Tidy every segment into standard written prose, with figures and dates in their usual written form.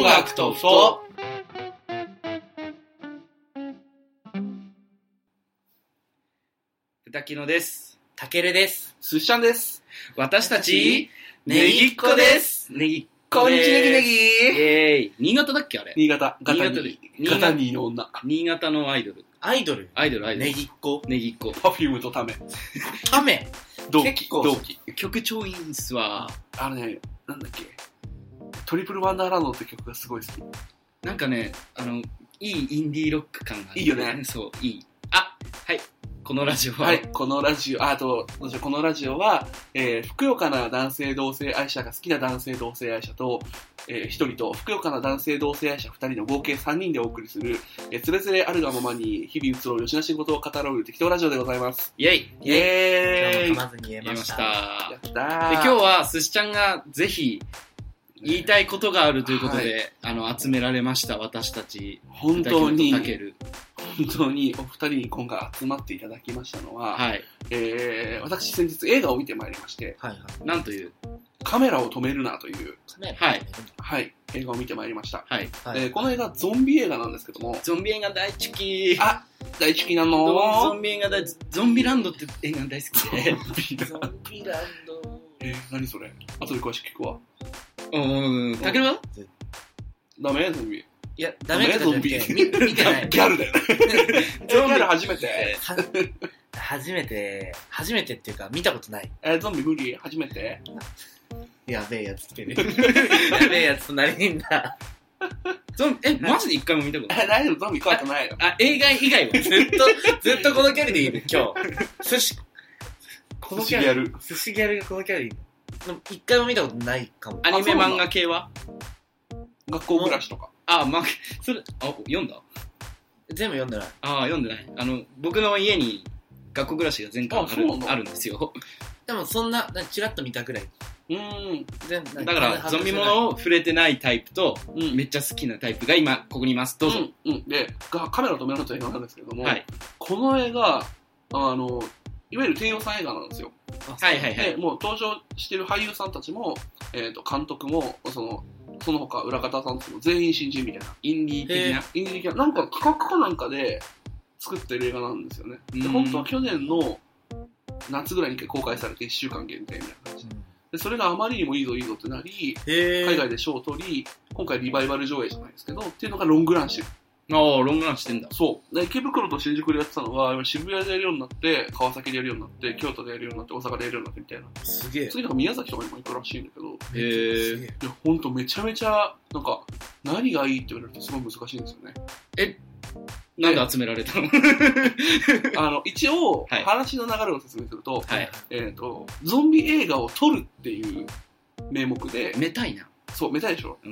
学とふと。 豚キノです。 たけるです。 すっしゃんです。 私たちねぎっこです。ねぎっこです。 こんにちねぎねぎ。 イエーイ。新潟だっけあれ。 新潟。ガタニーの女。 新潟のアイドル。 アイドルねぎっこ。 ねぎっこ。 パフュームとタメ。 タメ。 同期。 曲超いいんすわ。 あれね、なんだっけ。トリプルワンダーランドって曲がすごい好き。 なんかね、いいインディーロック感がある。 いいよね。 そう、いい。あ、はい。このラジオは。 はい、このラジオは、ふくよかな男性同性愛者が好きな男性同性愛者と、1人と、ふくよかな男性同性愛者2人の合計3人でお送りする、つれづれあるがままに日々移ろうよしな仕事を語ろう適当ラジオでございます。 イェイイェーイ。 今日も噛まずに言えました。 やったー。 で、今日はすしちゃんがぜひ言いたいことがあるということで、集められました。私たち本当にたける。 本当にお二人に今回集まっていただきましたのは、 はい。 私先日映画を見てまいりまして、 はいはい。 なんというカメラを止めるなという、 はいはい、映画を見てまいりました。 はい。 この映画ゾンビ映画なんですけども、 ゾンビ映画大好き。 あ、大好きなのゾンビ映画ゾンビランドって映画大好きで。 ゾンビランド。 何それ？後で詳しく聞くわ。 たけるは？ ダメゾンビ。 いや、ダメゾンビ。 見てない。 ギャルだよね。ギャル初めて。 初めてっていうか見たことない。 ゾンビ無理初めて。 やべえやつ来てる。やべえやつとなりんだ。 マジで一回も見たことない。 大丈夫、ゾンビ怖くないよ。 映画以外はずっとこのキャラでいる、今日。寿司ギャルがこのキャラでいる。一回も見たことないかも。 アニメ漫画系は学校暮らしとか。 それ、読んだ？ 全部読んでない。 読んでない。僕の家に学校暮らしが全巻あるんですよ。 でもそんな、チラッと見たくらい。 だから、ゾンビものを触れてないタイプと、めっちゃ好きなタイプが今、ここにいます。どうぞ。 で、カメラを止めるなという映画なんですけれども、 はい、 この映画、いわゆる低予算映画なんですよ。 はいはいはい。 で、もう登場している俳優さんたちも、監督も、その他裏方さんたちも全員新人みたいな。インディー的な。なんか企画かなんかで作ってる映画なんですよね。で、本当は去年の夏ぐらいに公開されて1週間限定みたいな感じ。で、それがあまりにもいいぞってなり、海外で賞を取り、今回リバイバル上映じゃないですけど、っていうのがロングランしてる。 ロングランしてんだ。 そう。で、池袋と新宿でやってたのが、渋谷でやるようになって、川崎でやるようになって、京都でやるようになって、大阪でやるようになってみたいな。 すげえ。 次なんか宮崎とかにも行くらしいんだけど。 いや、ほんとめちゃめちゃ、なんか、何がいいって言われるとすごい難しいんですよね。 なんで集められたの？ 一応、話の流れを説明すると、ゾンビ映画を撮るっていう名目で。 めたいな。 そう、めたいでしょ？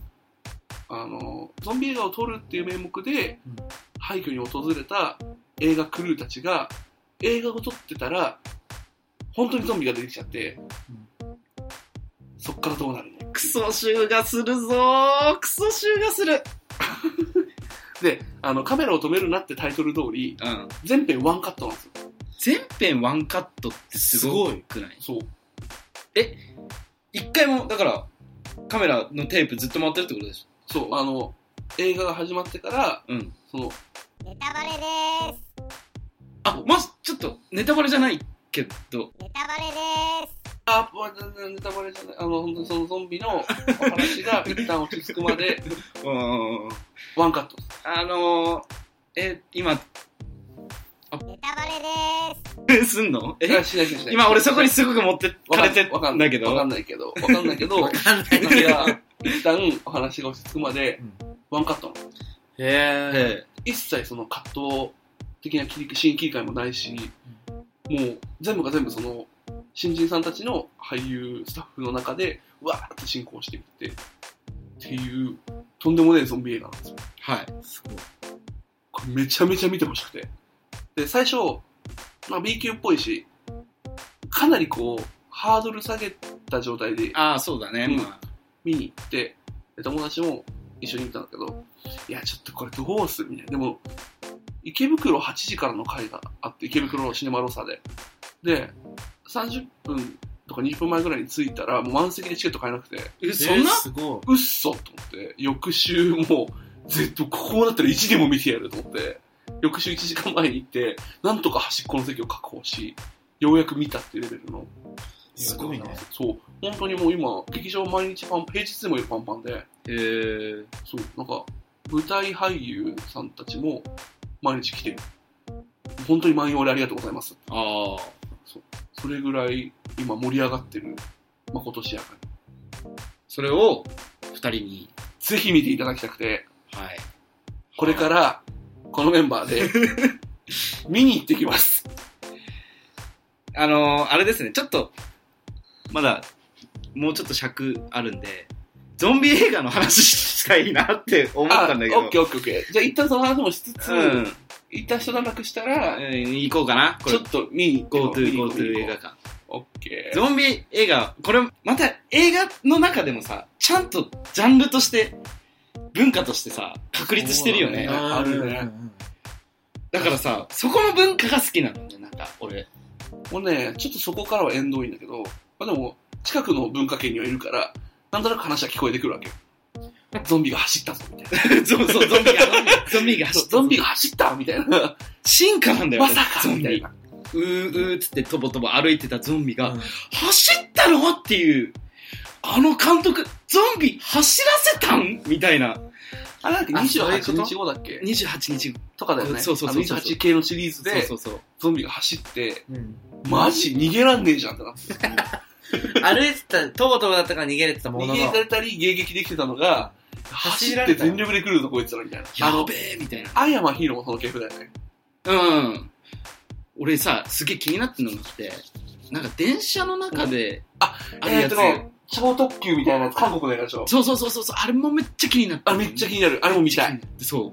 ゾンビ映画を撮るっていう名目で、廃墟に訪れた映画クルーたちが、映画を撮ってたら、本当にゾンビが出てきちゃって、そっからどうなるの？ クソ臭がするぞー。クソ臭がする。 で、カメラを止めるなってタイトル通り、全編ワンカットなんですよ。 全編ワンカットってすごくない？ そう。 一回も、だから、カメラのテープずっと回ってるってことでしょ？ そう、映画が始まってから、 ネタバレでーす。 ちょっと、ネタバレじゃないけど。 ネタバレでーす。 ネタバレじゃない。本当にそのゾンビのお話が一旦落ち着くまで、ワンカット。 今、 ネタバレでーす。すんの？ しない。 今俺そこにすごく持ってかれてんだけど。 わかんないけど、一旦お話が落ち着くまで、ワンカット。一切そのカット的なシーン切り替えもないし、もう全部が全部その新人さんたちの俳優スタッフの中でわーって進行していってっていうとんでもないゾンビ映画なんですよ。 はい。 すごい。 これめちゃめちゃ見てほしくて。で、最初、B 級っぽいし、かなりハードル下げた状態で、 そうだね。 見に行って、友達も一緒に行ったんだけど、いや、ちょっとこれどうするみたいな。でも、池袋8時からの回があって、池袋シネマロサで。で、30分とか20分前ぐらいに着いたら、もう満席でチケット買えなくて。 そんなすごい。 うっそと思って、翌週もこうなったら1でも見てやると思って、翌週1時間前に行って、なんとか端っこの席を確保し、ようやく見たっていうレベルの。 すごいね。 そう。本当にもう今、劇場毎日平日でもいるパンパンで。そう。なんか、舞台俳優さんたちも毎日来てる。本当に満員俺ありがとうございます。 ああ。 そう。それぐらい今盛り上がってる誠しやかに。 それを2人にぜひ見ていただきたくて、 はい。 これからこのメンバーで見に行ってきます。 あれですね、ちょっとまだもうちょっと尺あるんで、ゾンビ映画の話したいなって思ったんだけど。 オッケー。じゃあ一旦その話もしつつ、一旦一段落したら、 行こうかな。 ちょっと見に行こう。 GoTo 映画館。 オッケー。 ゾンビ映画、これまた映画の中でもさ、ちゃんとジャンルとして、文化としてさ、確立してるよね。 あるね。 だからさ、そこの文化が好きなのね、なんか、俺。 もうね、ちょっとそこからは縁遠いんだけど、まあでも、近くの文化圏にはいるから、なんとなく話は聞こえてくるわけよ。ゾンビが走ったぞ、みたいな。 ゾンビが走った。 ゾンビが走ったみたいな。 進化なんだよね。 まさかみたいな。 うーつってとぼとぼ歩いてたゾンビが、走ったのっていう、監督、ゾンビ走らせたんみたいな。 あれだっけ、28日後だっけ ?28 日とかだよね。 そう。 28系のシリーズで、ゾンビが走って、マジ逃げらんねえじゃんってなって。 歩いてた、とぼとぼだったから逃げれてたものの。 逃げれたり迎撃できてたのが、走って全力で来るぞこいつらみたいな。 やべえみたいな。 アイアマンヒーローもその系譜だよね。 俺さ、すげえ気になってるのがあって、なんか電車の中で、 あるやつ。超特急みたいなやつ、韓国のやつでしょ。 そう。あれもめっちゃ気になって。 めっちゃ気になる。あれも見たい。 そう。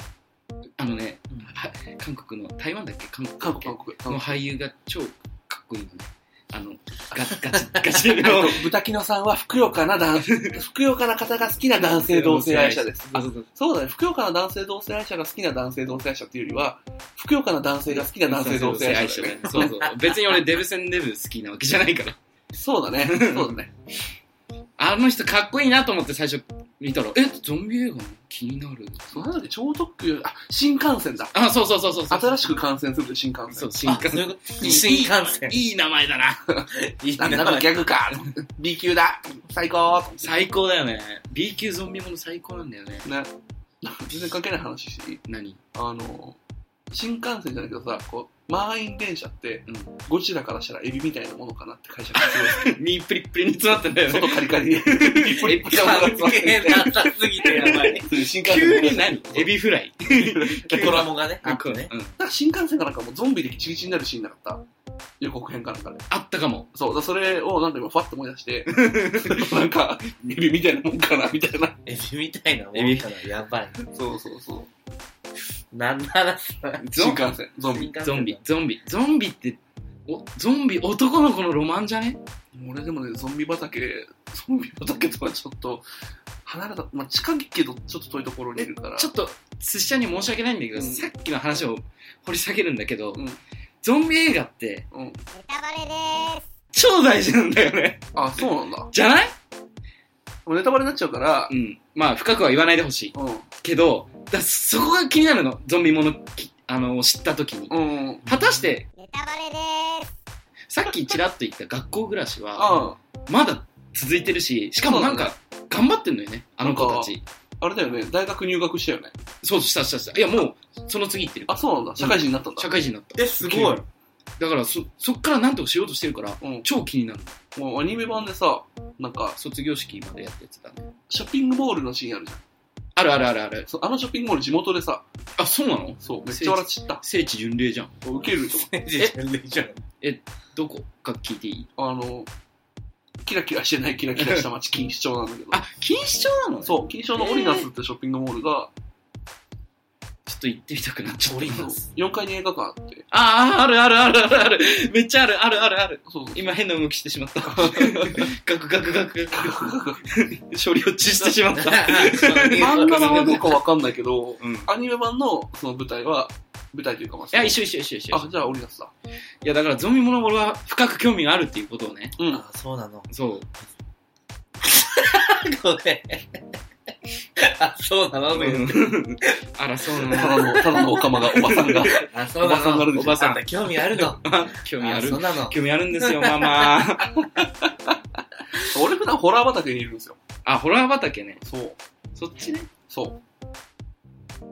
韓国の、台湾だっけ韓国の俳優が超かっこいいのね。ガチの。 豚キノさんはふくよかな方が好きな男性同性愛者です。そうだね。ふくよかな男性同性愛者が好きな男性同性愛者っていうよりは、ふくよかな男性が好きな男性同性愛者だね。 そう。別に俺デブ戦デブ好きなわけじゃないから。 そうだね。 あの人かっこいいなと思って最初見たら、ゾンビ映画気になる。 なんだっけ、超特急、新幹線だ。 そう。 新しく感染する新幹線。 そう、新幹線。いい名前だな。 なんかギャグか。B 級だ。最高だよね。B 級ゾンビもの最高なんだよね。 ね。全然関係ない話していい？ 何？ 新幹線じゃないけどさ、満員電車って、ゴジラからしたらエビみたいなものかなって会社がすごい。 身プリップリに詰まってんだよね。 外カリカリで。プリップリな関係なさすぎてやばい。 急に何？エビフライ。 ドラモがね。 新幹線かなんかもうゾンビでギチギチになるシーンなかった？予告編かなんかで。 あったかも。 そう、それをなんか今ファッと思い出して、なんか、エビみたいなもんかなみたいな。 エビみたいなもんかな、やばい。 そう。 なんならさ、 新幹線、ゾンビってゾンビ男の子のロマンじゃね？ 俺でもね、ゾンビ畑とはちょっと離れた、近いけどちょっと遠いところにいるから。 ちょっと寿司屋に申し訳ないんだけど、さっきの話を掘り下げるんだけど、ゾンビ映画って、 ネタバレでーす。超大事なんだよね。 あ、そうなんだ。 じゃない？ ネタバレになっちゃうから、 深くは言わないでほしい。けど、そこが気になるの。ゾンビもの、知った時に。果たして、 ネタバレでーす。 さっきちらっと言った学校暮らしは、まだ続いてるし、しかもなんか、頑張ってんのよね、あの子たち。 あれだよね、大学入学したよね。 そう、した。いや、もう、その次行ってる。 あ、そうなんだ。社会人になったんだ。 社会人になった。 すごい。 だから、そっからなんとかしようとしてるから、超気になる。 もうアニメ版でさ、なんか、 卒業式までやったやつだね。 ショッピングモールのシーンあるじゃん。 ある。 そう、あのショッピングモール地元でさ。 あ、そうなの？ そう、めっちゃ笑っちゃった。 聖地巡礼じゃん。 ウケると思って。 聖地巡礼じゃん。 どこか聞いていい？ キラキラしてないキラキラした街、錦糸町なんだけど。 あ、錦糸町なの？ そう、錦糸町のオリナスってショッピングモールが、 ちょっと行ってみたくなっちゃった。 4階に映画館あって。 ある。めっちゃある。 そう。 今変な動きしてしまった。ガク。処理落ちしてしまった。 漫画版はどうかわかんないけど、アニメ版のその舞台は、 舞台というかまあ。 いや、一緒。 あ、じゃあ俺がさ。 いや、だからゾンビもの俺は深く興味があるっていうことをね。 うん。 あ、そうなの。 そう。 ごめん。あ、そうなの、 あら、そうなの。 ただのおかまが、おばさんが。 あ、そうなの。 おばさんが興味あるの。 興味ある。 そうなの。 興味あるんですよ、ママ。 俺普段ホラー畑にいるんですよ。 あ、ホラー畑ね。 そう。 そっちね。 そう。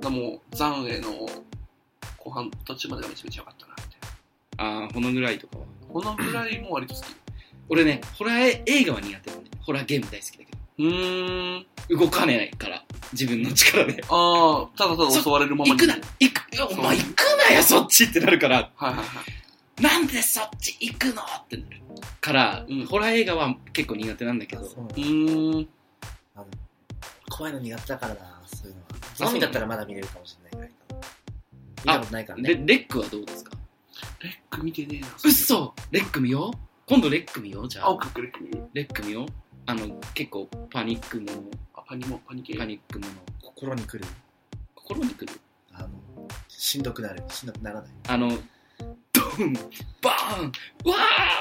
もう、残影の後半途中までがめちゃめちゃ良かったなって。 あー、このぐらいとかは。 このぐらいも割と好き。 俺ね、ホラー映画は苦手なんで、ホラーゲーム大好きだけど。動かねないから、自分の力で。 ああ、ただ襲われるままに。 お前行くなよ、そっちってなるから。 はい。 なんでそっち行くのってなるから、ホラー映画は結構苦手なんだけど。 怖いの苦手だからな、そういうのは。ゾンビだったらまだ見れるかもしれないぐらい。見たことないからね。 レックはどうですか？ レック見てねえな。 嘘！レック見よう？今度レック見ようじゃあ。 レック見る。 レック見よう？結構パニックもの。 パニックもの。 心に来る？しんどくならない。 ドン、バーン、わ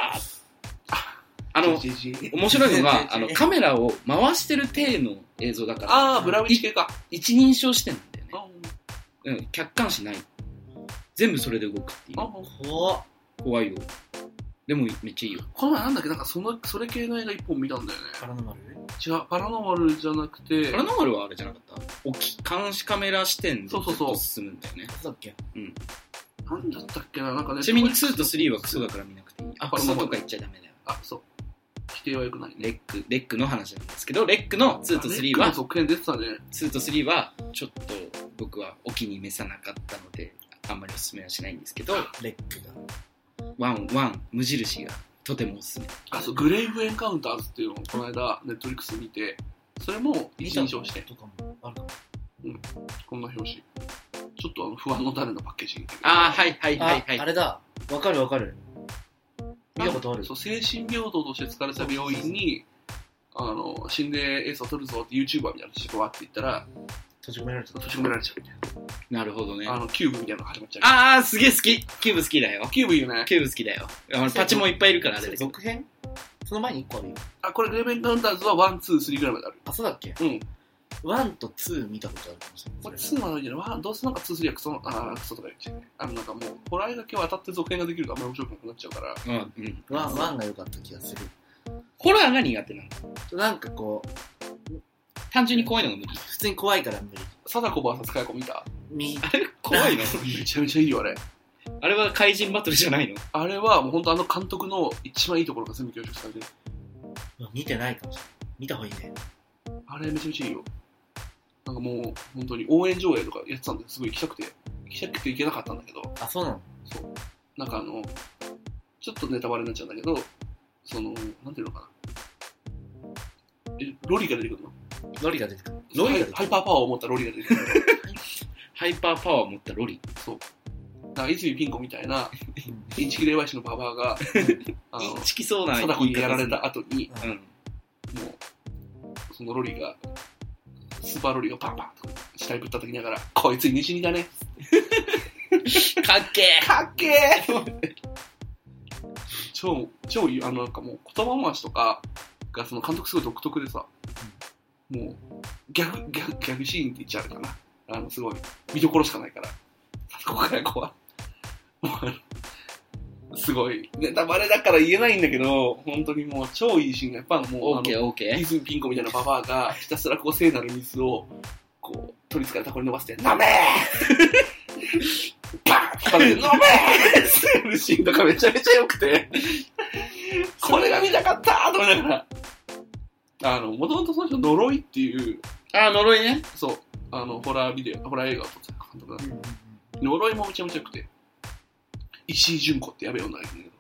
ー！面白いのが、カメラを回してる体の映像だから。 ああ、ブラウンチ系か。 一人称視点なんだよね。客観視ない。全部それで動くっていう。怖いよ。でもめっちゃいいよ。 この前なんだっけ、なんかそれ系の映画一本見たんだよね。 パラノマル？ 違う、パラノマルじゃなくて。 パラノマルはあれじゃなかった監視カメラ視点でずっと進むんだよね。 そうだっけ？ うん。 なんだったっけな、なんかね。 ちなみに2と3はクソだから見なくていい。クソとか言っちゃダメだよ。 あ、そう。否定は良くないね。 レックの話なんですけど、レックの2と3は、 レックの続編出てたね。 2と3は、ちょっと僕はお気に召さなかったので、あんまりおすすめはしないんですけど、 レックが。 ワン、無印がとてもおすすめ。 あ、そう、グレイブエンカウンターズっていうのをこの間、ネットリックス見て、それも一人称して。 とかもあるかも。 うん。こんな表紙。ちょっと不安の種のパッケージに。 はい。 あれだ。わかる。見たことある。 そう、精神病棟として使われた病院に、心霊映像を撮るぞって YouTuber みたいな人がわって言ったら、 閉じ込められちゃうみたいな。 なるほどね。 キューブみたいなのが始まっちゃう。 すげえ好き。キューブ好きだよ。 キューブいいよね。 キューブ好きだよ。パチもいっぱいいるからね。 続編？その前に1個あるよ。 これグレイブエンカウンターズは1、2、3ぐらいまである。 あ、そうだっけ？ うん。 1と2見たことあるかもしれない。 これ2はないんじゃない？どうせなんか2、3はクソとか言っちゃうね。なんかもう、ホラー映画系は当たって続編ができるとあんまり面白くなくなっちゃうから。 1が良かった気がする。 ホラーが苦手なの？ なんかこう、単純に怖いのが無理。 普通に怖いから無理。 貞子 VS かや子見た？ あれ怖いの？ めちゃめちゃいいよ、あれ。 あれは怪人バトルじゃないの？ あれはもう本当監督の一番いいところが全部凝縮されてる。 見てないかもしれない。見た方がいいね。 あれめちゃめちゃいいよ。なんかもう本当に応援上映とかやってたんですごい行きたくて行けなかったんだけど。 あ、そうなの？ そう。なんかちょっとネタバレになっちゃうんだけど、なんていうのかな。ロリが出てくるの？ ロリが出てくる。 ハイパーパワーを持ったロリが出てくる。 ハイパーパワーを持ったロリ？ そう。なんか泉ピン子みたいな、インチキ霊媒師のババアが、 インチキそうな貞子にやられた後に、 もう、そのロリが、スーパーロリをパンパンと死体ぶったたきながら、こいつ西にだね。 かっけーかっけー超いい、なんかもう言葉回しとかがその監督すごい独特でさ、もうギャグシーンって言っちゃうかな。すごい見どころしかないから。ここから怖い。すごいネタバレだから言えないんだけど、本当にもう超いいシーンがやっぱもうオーケーリズムピンコみたいなババアがひたすらこう聖なる水をこう取りつかれたこれ伸ばして飲めーバーン飲めーってやるシーンとかめちゃめちゃ良くてこれが見たかったーと思いながら、もともとその人呪いっていう呪いね。 そうホラー映画を撮ってた監督なんで、呪いもめちゃめちゃ良くて、石井純子ってやべえ女がいるんだ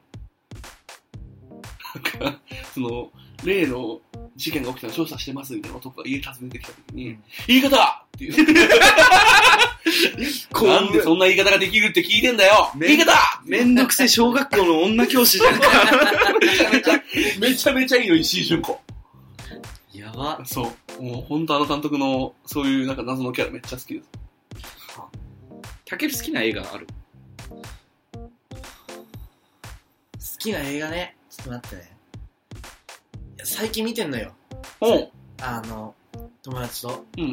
けど、なんか、例の事件が起きたら調査してますみたいな男が家訪ねてきた時に、言い方っていう。なんでそんな言い方ができるって聞いてんだよ言い方めんどくせえ小学校の女教師じゃんか。 めちゃめちゃいいよ、石井純子。 やば。 そう。もう本当監督のそういうなんか謎のキャラめっちゃ好きです。 たける好きな映画ある？ 好きな映画ね。ちょっと待ってね。いや最近見てんのよ。友達と。 うん。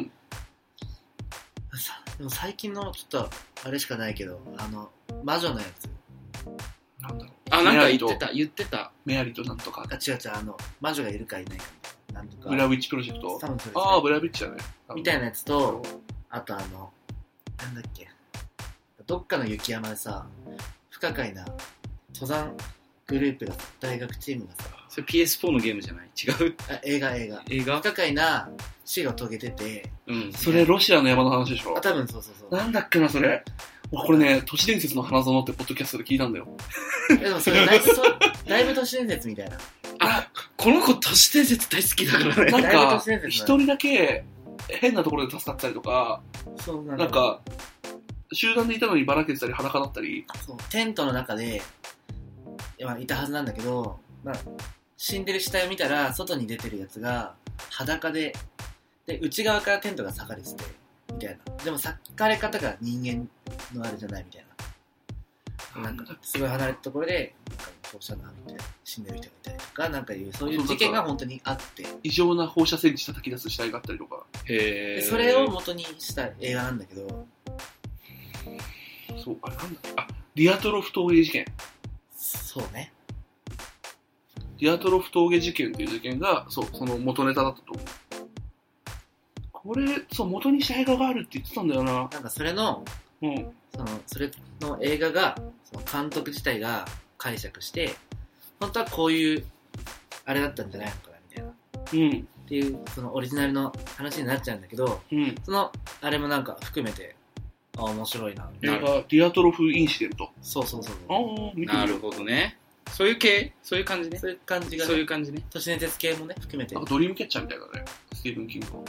でも最近のちょっと、あれしかないけど、魔女のやつ。 なんだろう。 なんか言ってた。 メアリとなんとか。 違う、魔女がいるかいないか。なんとか。 ブラウィッチプロジェクト。 多分それ。 ああ、ブラウィッチだね。 みたいなやつと、あとなんだっけ。どっかの雪山でさ、不可解な登山グループが、大学チームがさ、 それ PS4 のゲームじゃない？違う？ 映画。不可解な死を遂げてて、 うん。それロシアの山の話でしょ？ 多分そう。 なんだっけな、それ。これね、都市伝説の花園ってポッドキャストで聞いたんだよ。 でもそれだいぶ都市伝説みたいな。 この子都市伝説大好きだからね。 なんか、一人だけ変なところで助かったりとか、なんか、集団でいたのにばらけてたり裸だったり。 そう、テントの中で、いたはずなんだけど、死んでる死体を見たら、外に出てるやつが裸で、内側からテントが裂かれてて、みたいな。でも裂かれ方が人間のあれじゃないみたいな。なんか、すごい離れたところで、放射能みたいな、死んでる人がいたりとか、なんかそういう事件が本当にあって。 異常な放射線値叩き出す死体があったりとか。 でそれを元にした映画なんだけど、 そう、あれなんだっけ、リアトロフ峠事件。 そうね。 リアトロフ峠事件っていう事件が、その元ネタだったと思う。これ、元にした映画があるって言ってたんだよな。 なんかそれの、それの映画が、その監督自体が解釈して、本当はこういう、あれだったんじゃないのかな、みたいな。っていう、そのオリジナルの話になっちゃうんだけど、その、あれもなんか含めて、面白いな。 映画、リアトロフインシデント。 そう。 なるほどね。そういう系？そういう感じね。 そういう感じが、 そういう感じね。 都市伝説系もね、含めて。 なんかドリームキャッチャーみたいだね。スティーブン・キングの。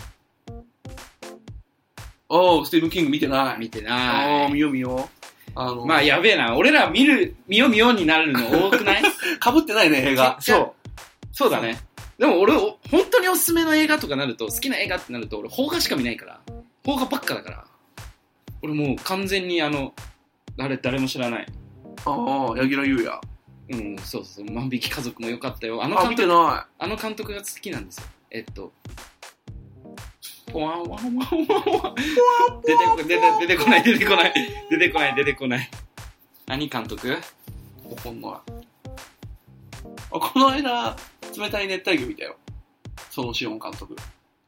スティーブン・キング見てない。 見てない。 見よう。 まあやべえな。俺ら見ようになるの多くない？ 被ってないね、映画。 そうだね。でも俺、本当におすすめの映画とかなると、好きな映画ってなると、俺、邦画しか見ないから。邦画ばっかだから。俺もう完全に誰も知らない。 柳楽優弥。 そう。万引き家族も良かったよ。 見てない。 監督が好きなんですよ。ポワンワンワンワンワン。出てこない。何監督？ わかんない。この間、冷たい熱帯魚見たよ。そのシオン監督。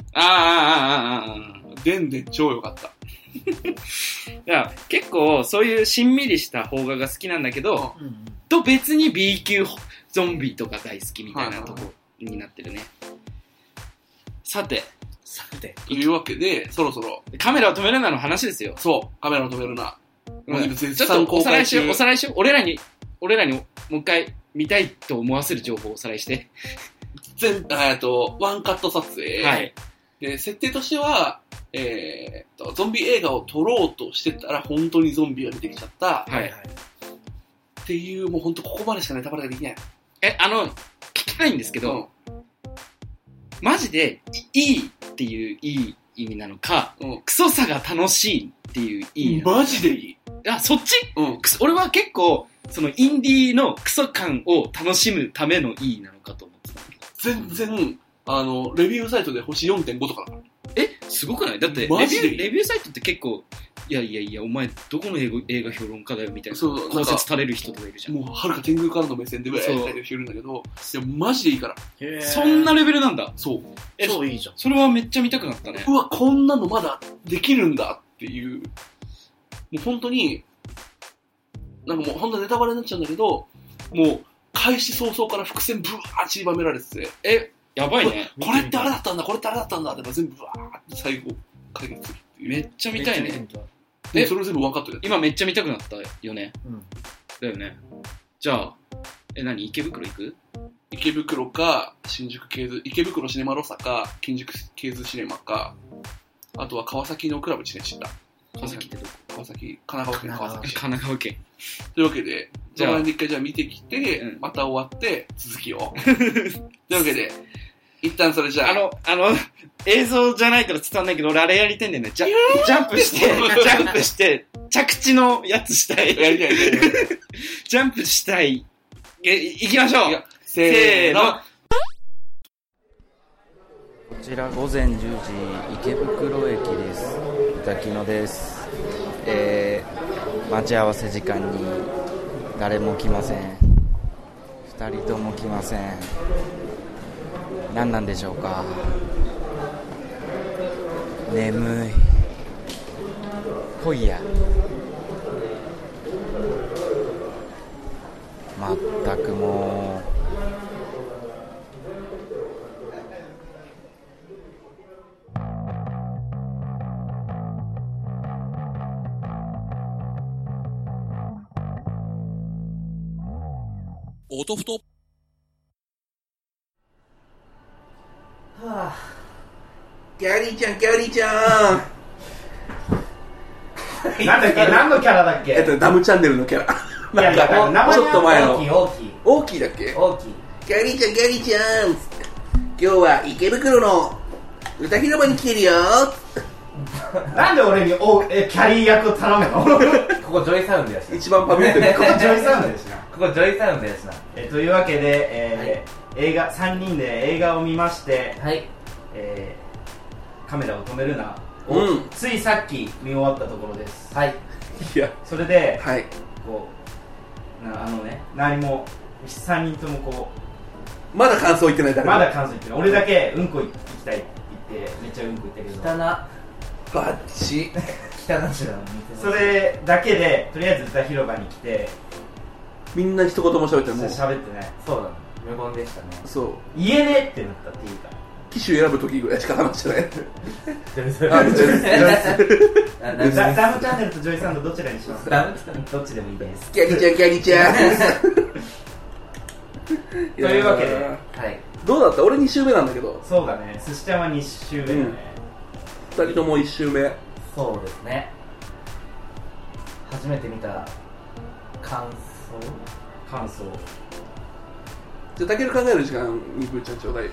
でんでん超良かった。 いや結構そういうしんみりした邦画が好きなんだけど、と別に B 級ゾンビとか大好きみたいなとこになってるね。さてというわけで、そろそろカメラを止めるなの話ですよ。 そう、カメラを止めるな。 ちょっとおさらいしよう。俺らにもう一回見たいと思わせる情報をおさらいして。 ワンカット撮影。 はい。 で、設定としては、ゾンビ映画を撮ろうとしてたら本当にゾンビが出てきちゃった。 はい。 っていう、もう本当ここまでしかネタバレができない。 聞きたいんですけど、マジでいいっていういい意味なのか、クソさが楽しいっていういい意味なのか。 マジでいい。 そっち？俺は結構、そのインディーのクソ感を楽しむためのいいなのかと思ってたんだけど。 全然、レビューサイトで星 4.5 とかだから。 すごくない？だってレビューサイトって結構、いや、お前どこの映画評論家だよみたいな考察垂れる人とかいるじゃん。 もう、はるか天狗からの目線でぐらいやってる人いるんだけど、いや、マジでいいから。 そんなレベルなんだ。 そう。 そういいじゃん。 それはめっちゃ見たくなったね。 うわ、こんなのまだできるんだっていう、もう本当に、なんかもう本当ネタバレになっちゃうんだけど、もう、開始早々から伏線ブワー散りばめられてて、 やばいね。 これってあれだったんだって全部ブワーって最後解決するっていう。 めっちゃ見たいね。 それを全部分かってる。 今めっちゃ見たくなったよね。だよね。じゃあ、池袋行く？ 池袋か、新宿ケーズ、池袋シネマロサか、新宿ケーズシネマか、あとは川崎のクラブチネチッタ。 川崎ってどこ？ 川崎、神奈川県川崎。 神奈川県。 というわけで、じゃあ一回じゃあ見てきて、また終わって続きを。というわけで、一旦それじゃあ。映像じゃないから伝わんないけど、俺あれやりてんだよね。ジャンプして、 着地のやつしたい。 やりたい。 ジャンプしたい。行きましょう。 せーの。 こちら午前10時池袋駅です。歌木野です。待ち合わせ時間に誰も来ません。2人とも来ません。何なんでしょうか。眠い。来いや。まったくもう。 音ふと。 はぁ、ギャリーちゃん、ギャリーちゃん。 なんだっけ、何のキャラだっけ。 ダムチャンネルのキャラ。 なんかちょっと前の。 大きい。 大きいだっけ。 大きい。 ギャリーちゃん、ギャリーちゃん。今日は池袋の歌広場に来てるよ。 なんで俺にキャリー役を頼むの。ここジョイサウンドやしな。 一番パブリックで。 ここジョイサウンドやしな。ここジョイサウンドやしな。というわけで、映画3人で映画を見まして、はい、カメラを止めるなを、ついさっき見終わったところです。はい。いや、それで、はい、こう何も3人ともこうまだ感想言ってないだけ。 まだ感想言ってない。俺だけうんこ行きたいって言ってめっちゃうんこ言ったけど。汚な。 バッチ。 汚しだ。それだけでとりあえず歌広場に来て。 みんな一言も喋ってない。 喋ってない。そうだね。無言でしたね。そう。言えねえってなったっていうか。 機種選ぶ時ぐらいしか話してない。 ダムチャンネルとジョイサウンドどちらにしますか。ダムチャンネルどっちでもいいです。 ギャリちゃん、ギャリちゃん。 というわけで、はい。 どうだった？俺2週目なんだけど。 そうだね。寿司ちゃんは2週目だね。 2人とも1週目。 そうですね。初めて見た感想。 じゃあたける考える時間にぶーちゃんちょうだいよ。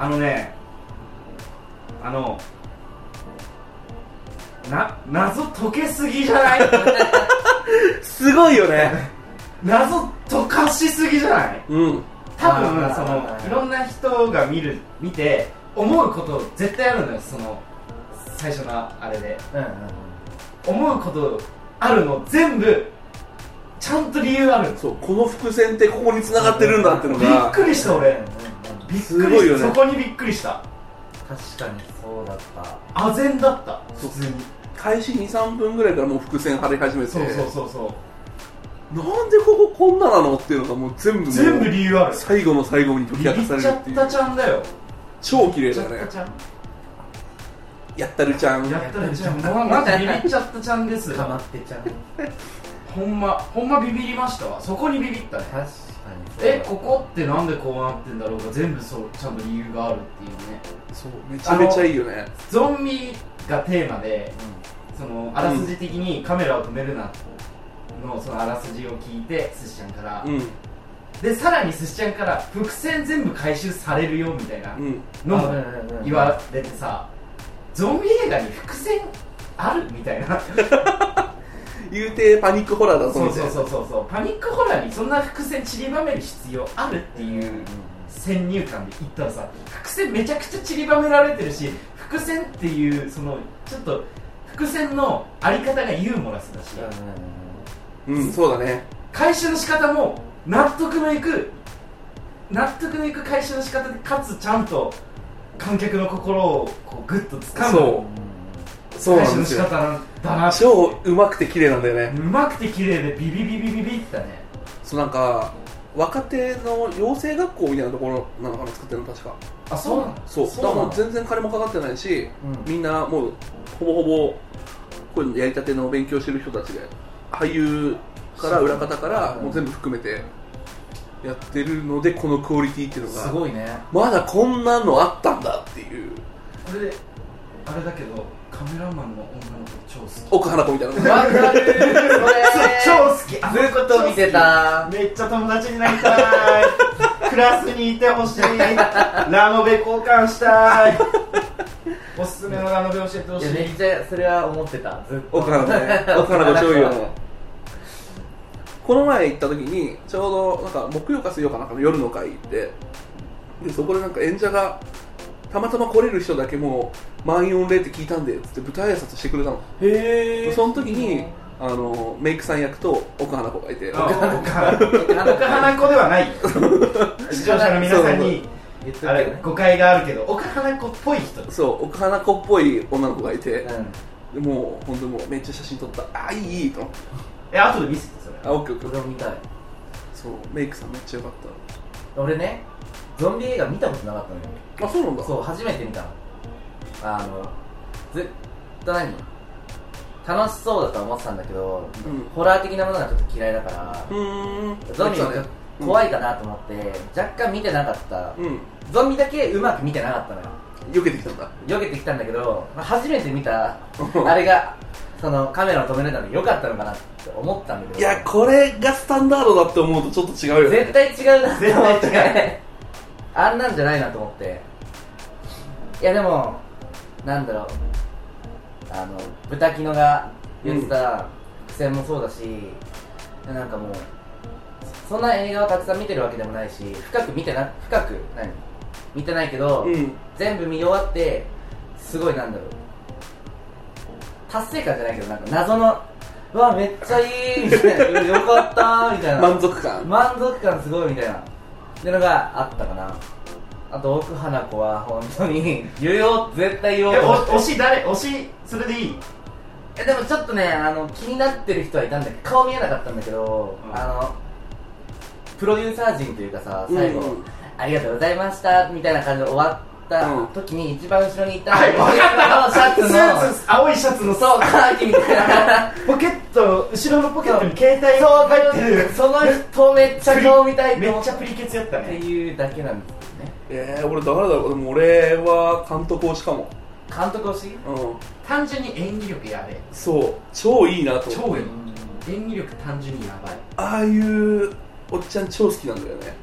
謎解けすぎじゃない？ すごいよね。 謎解かしすぎじゃない？うん。多分いろんな人が見て思うこと絶対あるのよ。その最初のあれで、思うことあるの全部ちゃんと理由ある。そう、この伏線ってここに繋がってるんだってのがびっくりした。俺びっくりした。そこにびっくりした。確かにそうだった。唖然だった。普通に開始 2,3 分ぐらいからもう伏線張り始めて。そうなんでここんななのっていうのがもう全部理由ある。最後の最後に解き明かされるっていう。ビビっちゃったちゃんだよ。超綺麗だね。やったるちゃん。やったるちゃん。マジビビっちゃったちゃんです。かまってちゃん。ほんまビビりましたわ。そこにビビったね。確かに。ここってなんでこうなってんだろうが全部そうちゃんと理由があるっていうね。そう、めちゃめちゃいいよね。ゾンビがテーマで、そのあらすじ的にカメラを止めるなのそのあらすじを聞いて寿司ちゃんから、でさらに寿司ちゃんから伏線全部回収されるよみたいなのも言われてさ、ゾンビ映画に伏線あるみたいな。言うてパニックホラーだぞみたいな。そうパニックホラーにそんな伏線散りばめる必要あるっていう先入観で言ったらさ、伏線めちゃくちゃ散りばめられてるし、伏線っていうそのちょっと伏線のあり方がユーモラスだし、そうだね。回収の仕方も納得のいく回収の仕方で、かつちゃんと観客の心をこうグッと掴むそうなんですよ。回収の仕方なんだな。超うまくて綺麗なんだよね。うまくて綺麗でビビったね。そう、なんか若手の養成学校みたいなところなのかな、作ってるの確か。あ、そうなの。そうだからもう全然金もかかってないし、みんなもうほぼこういうのやりたての勉強してる人たちで、俳優から裏方からもう全部含めてやってるので、このクオリティっていうのがすごいね。まだこんなのあったんだっていう。これあれだけどカメラマンの女の子超好き。奥花子みたいな。わかる。超好き。そういうことを見てた。めっちゃ友達になりたい。クラスにいてほしい。ラノベ交換したい。 おすすめのラノベ教えてほしい。 めっちゃそれは思ってた、ずっと。 奥花子ね、奥花子超いいよね。この前行った時にちょうどなんか木曜か水曜かなんかの夜の会行って、でそこでなんか演者がたまたま来れる人だけもう満員御礼って聞いたんでっつって舞台挨拶してくれたの。 へー。 その時にメイクさん役と奥花子がいて、 奥花子ではない視聴者の皆さんにあれ誤解があるけど、奥花子っぽい人。 そう奥花子っぽい女の子がいて、でもう本当にもうめっちゃ写真撮った。あ、いいと思って。 後で見せてそれ。 あ、オッケーオッケー。 俺も見たい。 そうメイクさんめっちゃ良かった。 俺ね、ゾンビ映画見たことなかったのよ。 あ、そうなんだ。 そう、初めて見たの。ずっと楽しそうだと思ってたんだけど、ホラー的なものがちょっと嫌いだから、ゾンビが怖いかなと思って、若干見てなかった。ゾンビだけうまく見てなかったのよ。 避けてきたんだ。 避けてきたんだけど、初めて見たあれがそのカメラを止めれたの良かったのかなって思ったんだけど、 いや、これがスタンダードだって思うとちょっと違うよね。 絶対違うなって思ってあんなんじゃないなと思って。いやでもなんだろう、豚キノが言ってた伏線もそうだし、なんかもうそんな映画をたくさん見てるわけでもないし、深く見てないけど、全部見終わってすごいなんだろう、達成感じゃないけど、なんか謎のうわめっちゃいいみたいなよかったーみたいな満足感すごいみたいなってのがあったかな。あと奥花子は本当に絶対言おうと思って。 推しそれでいい？ でもちょっとね、気になってる人はいたんだけど、顔見えなかったんだけど、プロデューサー陣というかさ、最後、ありがとうございましたみたいな感じで終わった時に、一番後ろにいたシャツの青いシャツのそうカーキみたいなポケット、後ろのポケットに携帯入ってる、 その人めっちゃ顔見たいめっちゃプリケツやったねっていうだけなんですよね。 俺誰だろう。でも俺は監督推しかも。 監督推し？ 単純に演技力やべえ。 そう超いいなと思って。 超いい。演技力単純にやばい。 ああいうおっちゃん超好きなんだよね。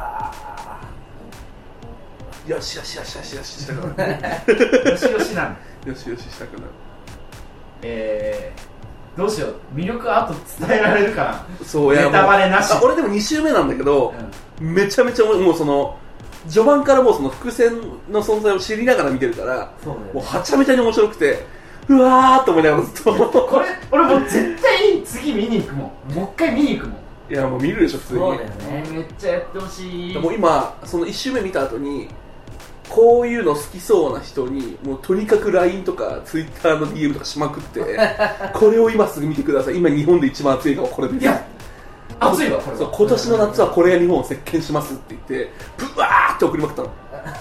よしよしよしよしよししたくなるよしよしなんだ。 よしよししたくなる。 どうしよう、魅力あと伝えられるかな。 そう、 ネタバレなし。 俺でも2週目なんだけど、めちゃめちゃもうその序盤からもうその伏線の存在を知りながら見てるから、もうはちゃめちゃに面白くて、うわーっと思いながらずっとこれ俺もう絶対次見に行くもん。もう一回見に行くもん。 いやもう見るでしょ普通に。 そうだよね。 めっちゃやってほしい。 でも今その1週目見た後にこういうの好きそうな人にもうとにかく LINE とか Twitter の DM とかしまくってこれを今すぐ見てください、今日本で一番熱い映画はこれです。 いや熱いわこれ。 そう今年の夏はこれが日本を席巻しますって言ってブワーって送りまくったの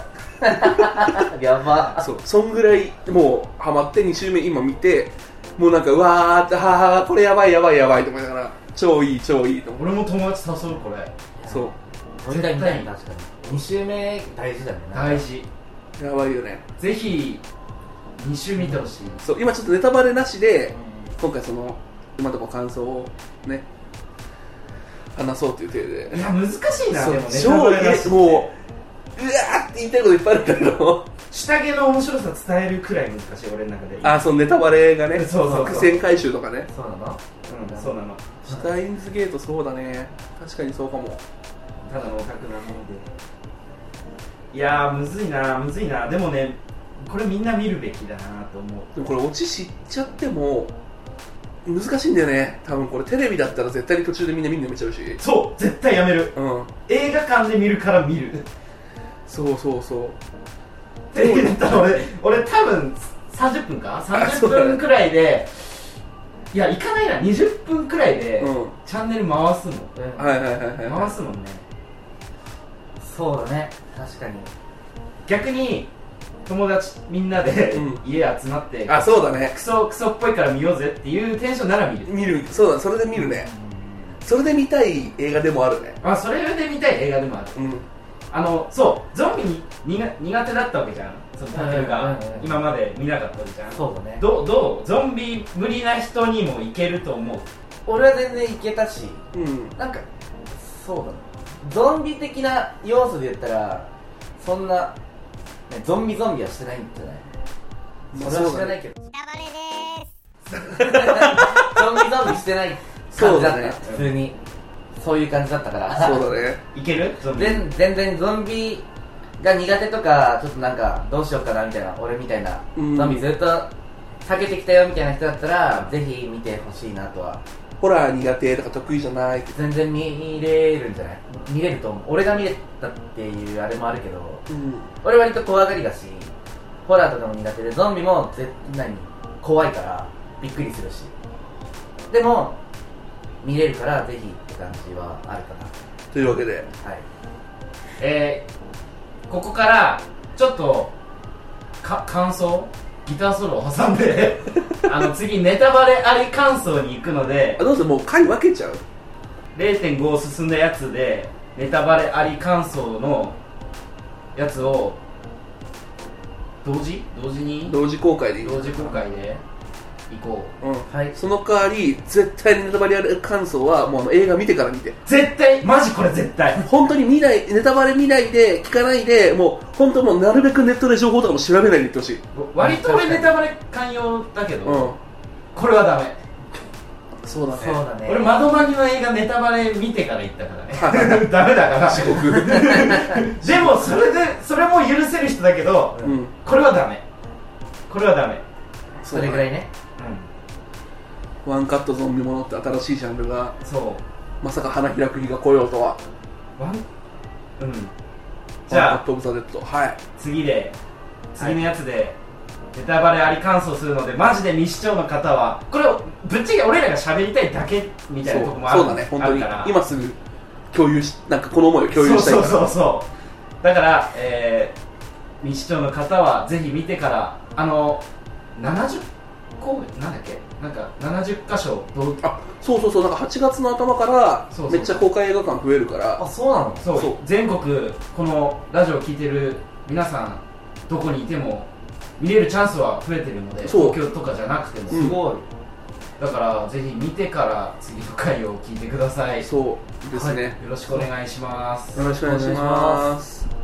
やば。 そんぐらいもうハマって2週目今見て、もうなんかうわーってはーこれやばいやばいやばいと思いながら超いい超いいと思う。 俺も友達誘うこれ。 そう絶対見たい。確かに2週目大事だね。 大事。 やばいよね。 ぜひ2週見てほしい。 そう今ちょっとネタバレなしで、今回その今のところ感想をね話そうという体で。 いや難しいな。でもネ超タバレなしもううわーって言いたいこといっぱいあるんだけど下着の面白さ伝えるくらい難しい俺の中で。 あ、そのネタバレがね、 そう伏線回収とかね。 そうなの？ そうなの。 シュタインズゲートそうだね、確かにそうかも。 ただのオタクなもので。いやーむずいな。でもねこれみんな見るべきだなと思う。 でもこれオチ知っちゃっても難しいんだよね。多分これテレビだったら絶対に途中でみんな見るのやめちゃうし。 そう絶対やめる。映画館で見るから見る。 そうって言ったら俺多分30分か30分くらいで、いや行かないな、20分くらいでチャンネル回すもん。回すもんね。 そうだね、確かに。 逆に友達みんなで家集まって、 あ、そうだね、 クソっぽいから見ようぜっていうテンションなら見る。 そうだ、それで見るね。それで見たい映画でもあるね。 それで見たい映画でもある。そうゾンビに苦手だったわけじゃん、そのタケルが今まで見なかったわけじゃん。 そうだね。 どうゾンビ無理な人にもいけると思う。 俺は全然いけたし、なんかそうだね、ゾンビ的な要素で言ったらそんな、ゾンビはしてないんじゃない？ それは知らないけど。 ネタバレでゾンビしてない感じだった、普通に。そういう感じだったから。 そうだね。 いける？ 全然ゾンビが苦手とか、ちょっとなんかどうしようかなみたいな、俺みたいな、ゾンビずっと避けてきたよみたいな人だったら、ぜひ見てほしいなとは。 ホラー苦手とか得意じゃない？ 全然見れるんじゃない？見れると思う。俺が見れたっていうあれもあるけど、俺割と怖がりだし、ホラーとかも苦手で、ゾンビも怖いからびっくりするし、でも見れるからぜひって感じはあるかなというわけで、 はい。 ここからちょっと感想、ギターソロを挟んで次ネタバレあり感想に行くので、 どうせもう回分けちゃう。 0.5 進んだやつでネタバレあり感想のやつを同時公開で行こう。 はい。その代わり絶対にネタバレある感想はもう映画見てから見て。 絶対マジこれ絶対本当にネタバレ見ないで聞かないで、もう本当もうなるべくネットで情報とかも調べないで言ってほしい。 割と俺ネタバレ寛容だけど、これはダメ。 そうだね。 俺窓マギの映画ネタバレ見てから行ったからねダメだから遅刻でもそれも許せる人だけど、これはダメ。 それぐらいね。 ワンカットゾンビものって新しいジャンルが、まさか花開く日が来ようとは。 じゃあワンカットオブザ・デッド、はい、 次のやつでネタバレあり感想するので、マジで未視聴の方はこれをぶっちゃけ俺らが喋りたいだけみたいなとこもある。 そうだね、本当に今すぐ共有なんかこの思いを共有したいから。 そうだから、未視聴の方はぜひ見てから、70公演なんだっけ、なんか70箇所そうなんか8月の頭からめっちゃ公開映画館増えるから。 あ、そうなの？ そう全国このラジオを聞いてる皆さんどこにいても見れるチャンスは増えてるので、東京とかじゃなくてもすごい、だからぜひ見てから次の回を聞いてください。 そうですね、 よろしくお願いします。 よろしくお願いします。